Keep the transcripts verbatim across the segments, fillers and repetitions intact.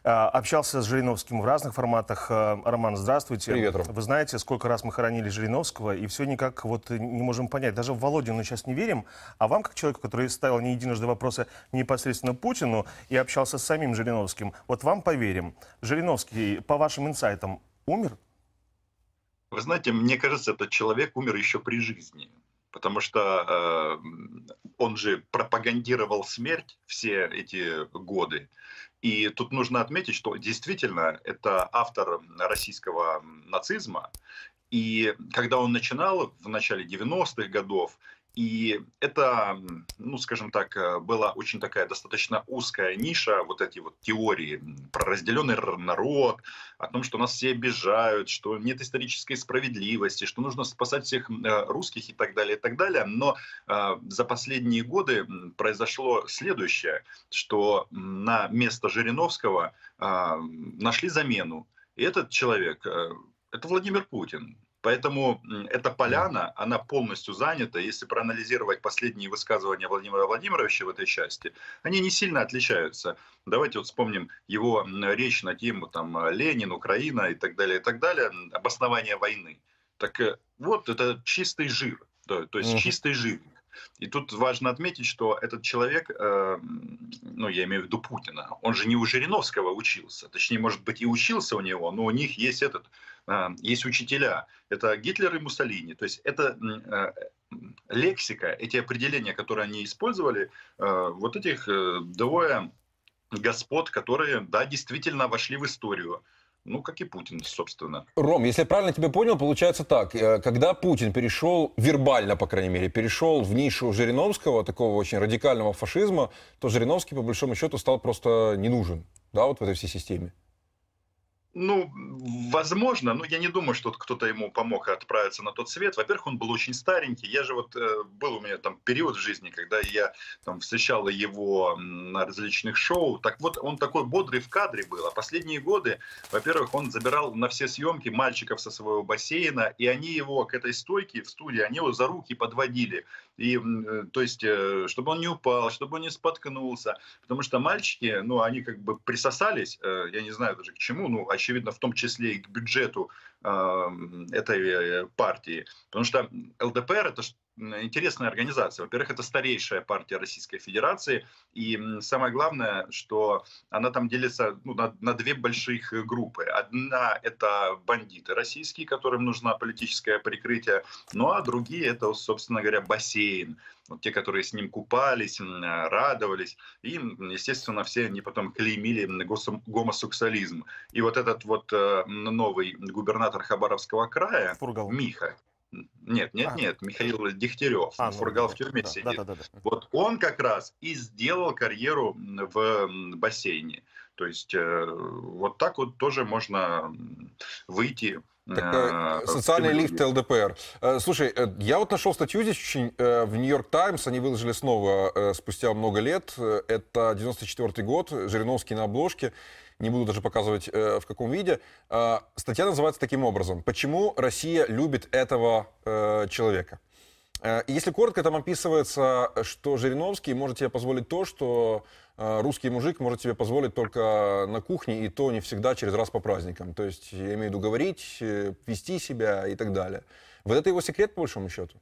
А, Общался с Жириновским в разных форматах. А, Роман, здравствуйте. Привет, Ром. Вы знаете, сколько раз мы хоронили Жириновского, и все никак вот не можем понять. Даже в Володину сейчас не верим. А вам, как человеку, который ставил не единожды вопросы непосредственно Путину и общался с самим Жириновским, вот вам поверим. Жириновский, по вашим инсайтам, умер? Вы знаете, мне кажется, этот человек умер еще при жизни. Потому что э, он же пропагандировал смерть все эти годы. И тут нужно отметить, что действительно это автор российского нацизма. И когда он начинал в начале девяностых годов, и это, ну, скажем так, была очень такая достаточно узкая ниша, вот эти вот теории про разделенный народ, о том, что нас все обижают, что нет исторической справедливости, что нужно спасать всех русских и так далее, и так далее. Но э, за последние годы произошло следующее, что на место Жириновского э, нашли замену. И этот человек, э, это Владимир Путин. Поэтому эта поляна, она полностью занята. Если проанализировать последние высказывания Владимира Владимировича в этой части, они не сильно отличаются. Давайте вот вспомним его речь на тему там, Ленин, Украина и так далее, и так далее, обоснование войны. Так вот, это чистый жир, да, то есть чистый жир. И тут важно отметить, что этот человек, э, ну я имею в виду Путина, он же не у Жириновского учился, точнее, может быть, и учился у него, но у них есть этот, э, есть учителя, это Гитлер и Муссолини. То есть это э, лексика, эти определения, которые они использовали, э, вот этих э, двое господ, которые, да, действительно вошли в историю. Ну, как и Путин, собственно. Ром, если я правильно тебя понял, получается так. Когда Путин перешел, вербально, по крайней мере, перешел в нишу Жириновского, такого очень радикального фашизма, то Жириновский, по большому счету, стал просто не нужен, да, вот в этой всей системе. Ну, возможно, но я не думаю, что кто-то ему помог отправиться на тот свет. Во-первых, он был очень старенький. Я же вот, э, был у меня там период в жизни, когда я там встречал его на различных шоу. Так вот, он такой бодрый в кадре был. А последние годы, во-первых, он забирал на все съемки мальчиков со своего бассейна, и они его к этой стойке в студии, они его за руки подводили. И, то есть, чтобы он не упал, чтобы он не споткнулся. Потому что мальчики, ну, они как бы присосались, я не знаю даже к чему, ну, очевидно, в том числе и к бюджету э, этой партии. Потому что ЛДПР — это интересная организация. Во-первых, это старейшая партия Российской Федерации. И самое главное, что она там делится, ну, на, на две больших группы. Одна — это бандиты российские, которым нужно политическое прикрытие. Ну а другие — это, собственно говоря, бассейн. Вот те, которые с ним купались, радовались. И, естественно, все они потом клеймили гомосексуализм. И вот этот вот новый губернатор Хабаровского края, Фургал. Миха, Нет, нет, а. нет, Михаил Дегтярев, а, Фургал ну, в тюрьме да, сидит. Да, да, да, да. Вот он как раз и сделал карьеру в бассейне. То есть вот так вот тоже можно выйти. Так, социальный лифт ЛДПР. Слушай, я вот нашел статью здесь очень, в Нью-Йорк Таймс, они выложили снова спустя много лет. Это девяносто четвёртый год, Жириновский на обложке. Не буду даже показывать в каком виде. Статья называется таким образом: «Почему Россия любит этого человека?». Если коротко, там описывается, что Жириновский может себе позволить то, что русский мужик может себе позволить только на кухне, и то не всегда через раз по праздникам. То есть, я имею в виду говорить, вести себя и так далее. Вот это его секрет, по большому счету?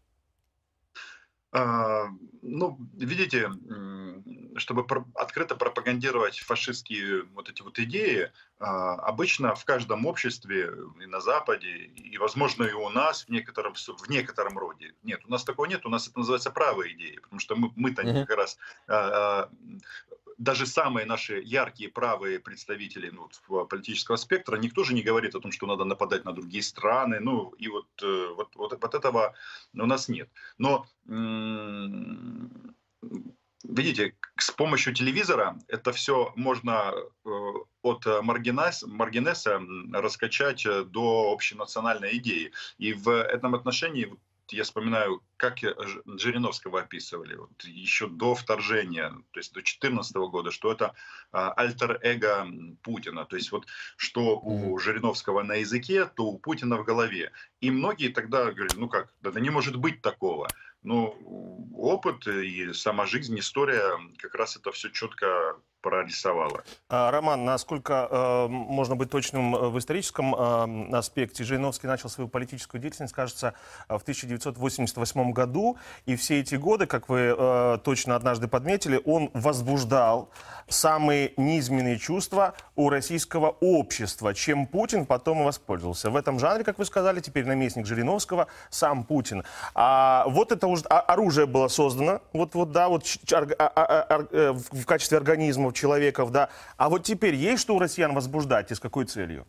А, ну, видите, чтобы открыто пропагандировать фашистские вот эти вот идеи, обычно в каждом обществе, и на Западе, и, возможно, и у нас в некотором, в некотором роде. Нет, у нас такого нет, у нас это называется правые идеи, потому что мы, мы-то mm-hmm. как раз... Даже самые наши яркие правые представители, ну, политического спектра, никто же не говорит о том, что надо нападать на другие страны, ну, и вот, вот, вот, вот этого у нас нет. Но, видите, с помощью телевизора это все можно от маргинес, маргинеса раскачать до общенациональной идеи. И в этом отношении... Я вспоминаю, как Жириновского описывали вот, еще до вторжения, то есть до две тысячи четырнадцатого года, что это а, альтер-эго Путина. То есть вот что у Жириновского на языке, то у Путина в голове. И многие тогда говорили, ну как, да не может быть такого. Но опыт и сама жизнь, история как раз это все четко прорисовала. А, Роман, насколько э, можно быть точным э, в историческом э, аспекте, Жириновский начал свою политическую деятельность, кажется, в тысяча девятьсот восемьдесят восьмом году, и все эти годы, как вы э, точно однажды подметили, он возбуждал самые низменные чувства у российского общества, чем Путин потом и воспользовался. В этом жанре, как вы сказали, теперь наместник Жириновского сам Путин. А вот это уже оружие было создано, вот, вот да, вот в качестве организмов, человеков, да. А вот теперь есть что у россиян возбуждать и с какой целью?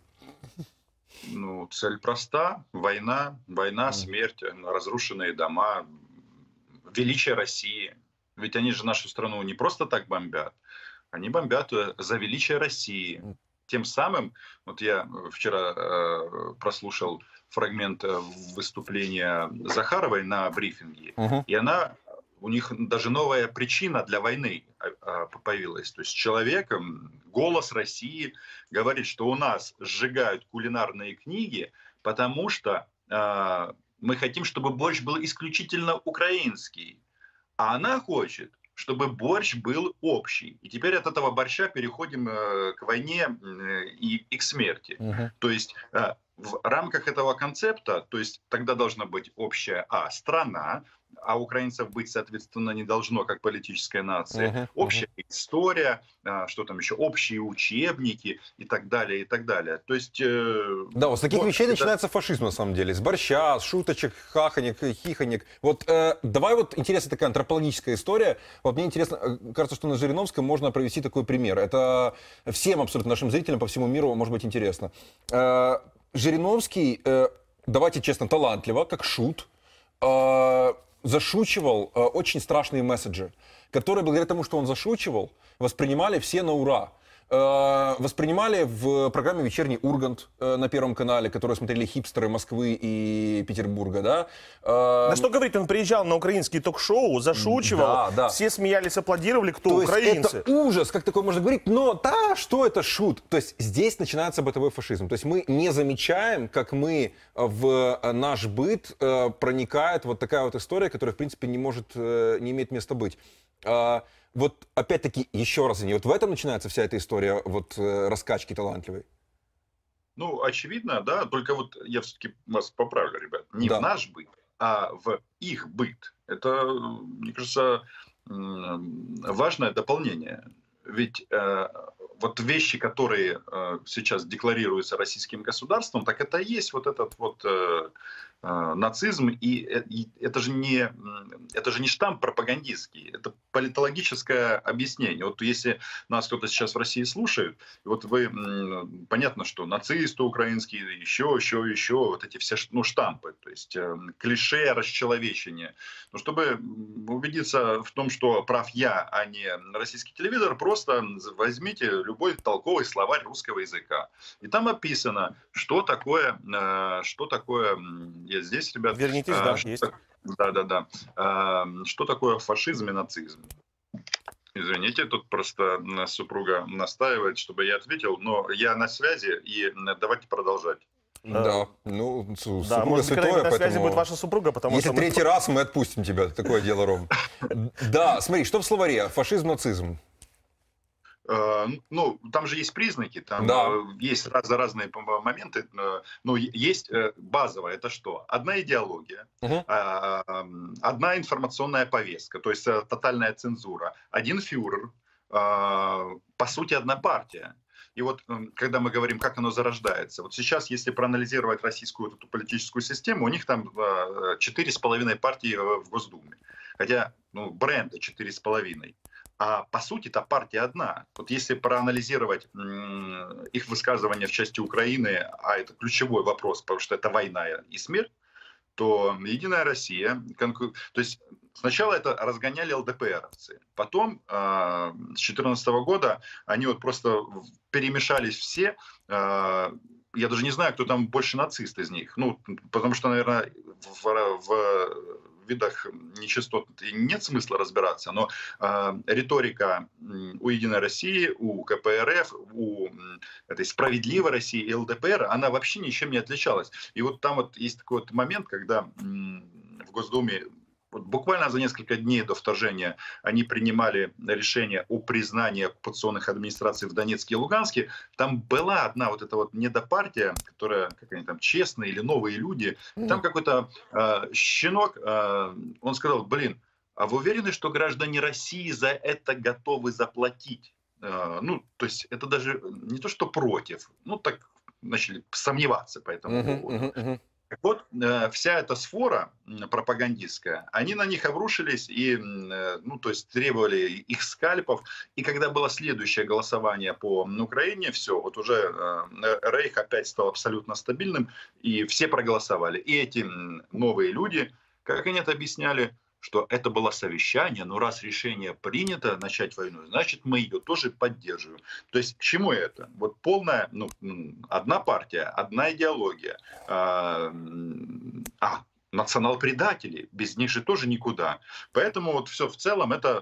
Ну, цель проста. Война, война, смерть, разрушенные дома, величие России. Ведь они же нашу страну не просто так бомбят. Они бомбят за величие России. Тем самым, вот я вчера э, прослушал фрагмент выступления Захаровой на брифинге, uh-huh. и она, у них даже новая причина для войны появилась. То есть человек, голос России, говорит, что у нас сжигают кулинарные книги, потому что э, мы хотим, чтобы борщ был исключительно украинский. А она хочет, чтобы борщ был общий. И теперь от этого борща переходим э, к войне э, и, и к смерти. Uh-huh. То есть э, в рамках этого концепта, то есть тогда должна быть общая а, страна, а украинцев быть, соответственно, не должно, как политическая нация. Uh-huh. Общая uh-huh. история, э, что там еще, общие учебники и так далее, и так далее. То есть... Э, да, вот с таких вот, вещей это... начинается фашизм, на самом деле. С борща, с шуточек, хаханек, хиханек. Вот э, давай вот интересная такая антропологическая история. Вот мне интересно, кажется, что на Жириновском можно провести такой пример. Это всем абсолютно нашим зрителям по всему миру может быть интересно. Э, Жириновский, э, давайте честно, талантливо, как шут, э, зашучивал э, очень страшные месседжи, которые благодаря тому, что он зашучивал, воспринимали все на ура. Э, воспринимали в программе «Вечерний Ургант» э, на Первом канале, которую смотрели хипстеры Москвы и Петербурга, да. Э, да что говорить, он приезжал на украинские ток-шоу, зашучивал, да, да. Все смеялись, аплодировали, кто то украинцы. Это ужас, как такое можно говорить, но да, что это шут? То есть здесь начинается бытовой фашизм. То есть мы не замечаем, как мы в наш быт э, проникает вот такая вот история, которая, в принципе, не может, э, не имеет места быть. Э, Вот опять-таки, еще раз, вот в этом начинается вся эта история вот раскачки талантливой? Ну, очевидно, да, только вот я все-таки вас поправлю, ребят, не да. в наш быт, а в их быт. Это, мне кажется, важное дополнение. Ведь э, вот вещи, которые э, сейчас декларируются российским государством, так это и есть вот этот вот э, э, нацизм, и, и это же не это же не штамп пропагандистский, это политологическое объяснение. Вот если нас кто-то сейчас в России слушает, вот вы, э, понятно, что нацисты украинские, еще, еще, еще, вот эти все ну, штампы, то есть э, клише, расчеловечение. Но чтобы убедиться в том, что прав я, а не российский телевизор, просто Просто возьмите любой толковый словарь русского языка. И там описано, что такое, что такое, я здесь, ребят. Вернитесь, да, что, есть. Да, да, да. Что такое фашизм и нацизм? Извините, тут просто супруга настаивает, чтобы я ответил, но я на связи, и давайте продолжать. Да, ну, супруга да, может, святое, на поэтому... связи будет ваша супруга, потому Если что... третий мы... раз, мы отпустим тебя, такое дело, Ром. Да, смотри, что в словаре? Фашизм, нацизм. Ну, там же есть признаки, там да. есть раз, разные моменты. Ну, есть базовое, это что? Одна идеология, угу. одна информационная повестка, то есть тотальная цензура, один фюрер, по сути, одна партия. И вот, когда мы говорим, как оно зарождается, вот сейчас, если проанализировать российскую эту политическую систему, у них там четыре с половиной партии в Госдуме. Хотя, ну, бренды четыре с половиной. А по сути, это партия одна. Вот если проанализировать м- их высказывания в части Украины, а это ключевой вопрос, потому что это война и смерть, то Единая Россия, конку... то есть сначала это разгоняли ЛДПРовцы, потом э- с две тысячи четырнадцатого года они вот просто перемешались все. Э- я даже не знаю, кто там больше нацист из них. Ну, потому что, наверное, в, в видах нечистот нет смысла разбираться, но э, риторика у Единой России, у ка пэ эр эф, у этой Справедливой России и ЛДПР, она вообще ничем не отличалась. И вот там вот есть такой вот момент, когда м, в Госдуме Вот буквально за несколько дней до вторжения они принимали решение о признании оккупационных администраций в Донецке и Луганске. Там была одна вот эта вот недопартия, которая, как они там, честные или новые люди. И там какой-то э, щенок, э, он сказал, блин, а вы уверены, что граждане России за это готовы заплатить? Э, ну, то есть это даже не то, что против, ну так начали сомневаться по этому Мгм, поводу. мгм, мгм. Так вот, э, вся эта сфора м, пропагандистская, они на них обрушились и, м, э, ну, то есть требовали их скальпов. И когда было следующее голосование по м, Украине, все, вот уже э, Рейх опять стал абсолютно стабильным, и все проголосовали. И эти м, новые люди, как они это объясняли, что это было совещание, но раз решение принято начать войну, значит, мы ее тоже поддерживаем. То есть к чему это? Вот полная, ну, м, одна партия, одна идеология. А, м, а, национал-предатели, без них же тоже никуда. Поэтому вот все в целом это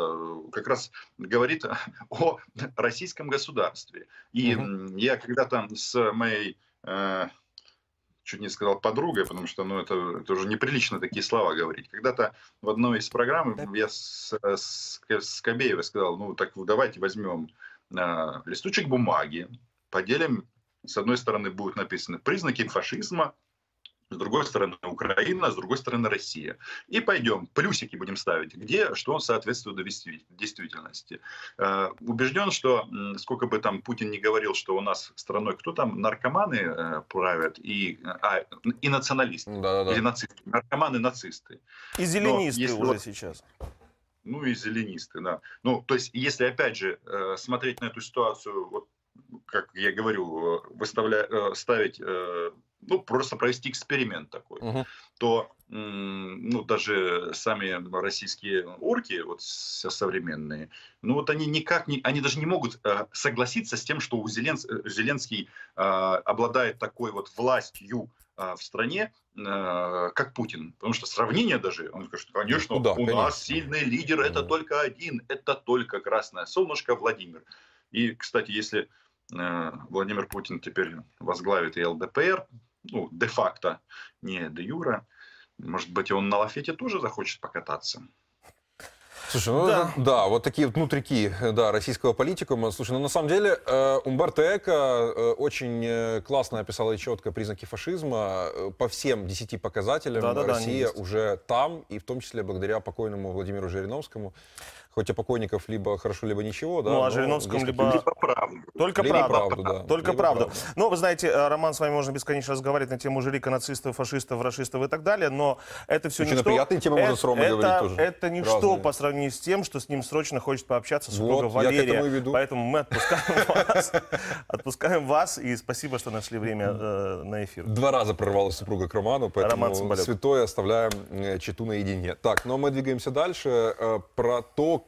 э, как раз говорит о российском государстве. И Мгм. м, я когда-то с моей э, чуть не сказал подругой, потому что ну, это, это уже неприлично такие слова говорить. Когда-то в одной из программ я с, с, с Кобеевой сказал, ну так давайте возьмем э, листочек бумаги, поделим, с одной стороны будут написаны признаки фашизма, с другой стороны Украина, с другой стороны Россия. И пойдем, плюсики будем ставить, где что соответствует действительности. Э, убежден, что м, сколько бы там Путин не говорил, что у нас страной, кто там, наркоманы э, правят и, а, и националисты, Да-да-да. или нацисты, наркоманы, нацисты. И зеленисты если уже вот- сейчас. Ну и зеленисты, да. Ну, то есть, если опять же э, смотреть на эту ситуацию, вот, как я говорю, э, выставля... э, ставить, э, ну, просто провести эксперимент такой, Мгм. то м, ну, даже сами российские орки, вот со- современные, ну вот они никак не, они даже не могут э, согласиться с тем, что у Зеленс- э, Зеленский э, обладает такой вот властью э, в стране, э, как Путин. Потому что сравнение даже, он скажет, конечно, Ну да, у конечно. нас сильный лидер, это Мгм. только один, это только красное солнышко Владимир. И, кстати, если э, Владимир Путин теперь возглавит и эл дэ пэ эр, ну, де-факто, не де-юра, может быть, он на лафете тоже захочет покататься. Слушай, ну Да. да. да, вот такие вот внутрики, да, российского политикума. Слушай, ну на самом деле э, Умберто Эко э, очень э, классно описал и четко признаки фашизма. Э, по всем десяти показателям Да-да-да, они Россия есть. уже там, и в том числе благодаря покойному Владимиру Жириновскому. Хоть о покойников либо хорошо, либо ничего, да. Ну, о но Жириновском есть либо- какие-то- Либо правду. Только Либо правда. правду, да. Только Либо правду. правду. Ну, вы знаете, э, Роман, с вами можно бесконечно разговаривать на тему жирика, нацистов, фашистов, рашистов и так далее, но это все Очень на ничто. приятные темы можно с Ромой это, говорить тоже. Это ничто Разные. по сравнению с тем, что с ним срочно хочет пообщаться супруга Вот, я к Валерия. этому и веду. Поэтому мы отпускаем вас. Отпускаем вас, и спасибо, что нашли время э, на эфир. Два раза прорвалась супруга к Роману, Роман поэтому Цымбалюк. святое оставляем э, читу наедине. Так, но мы двигаемся дальше. Э, Про то,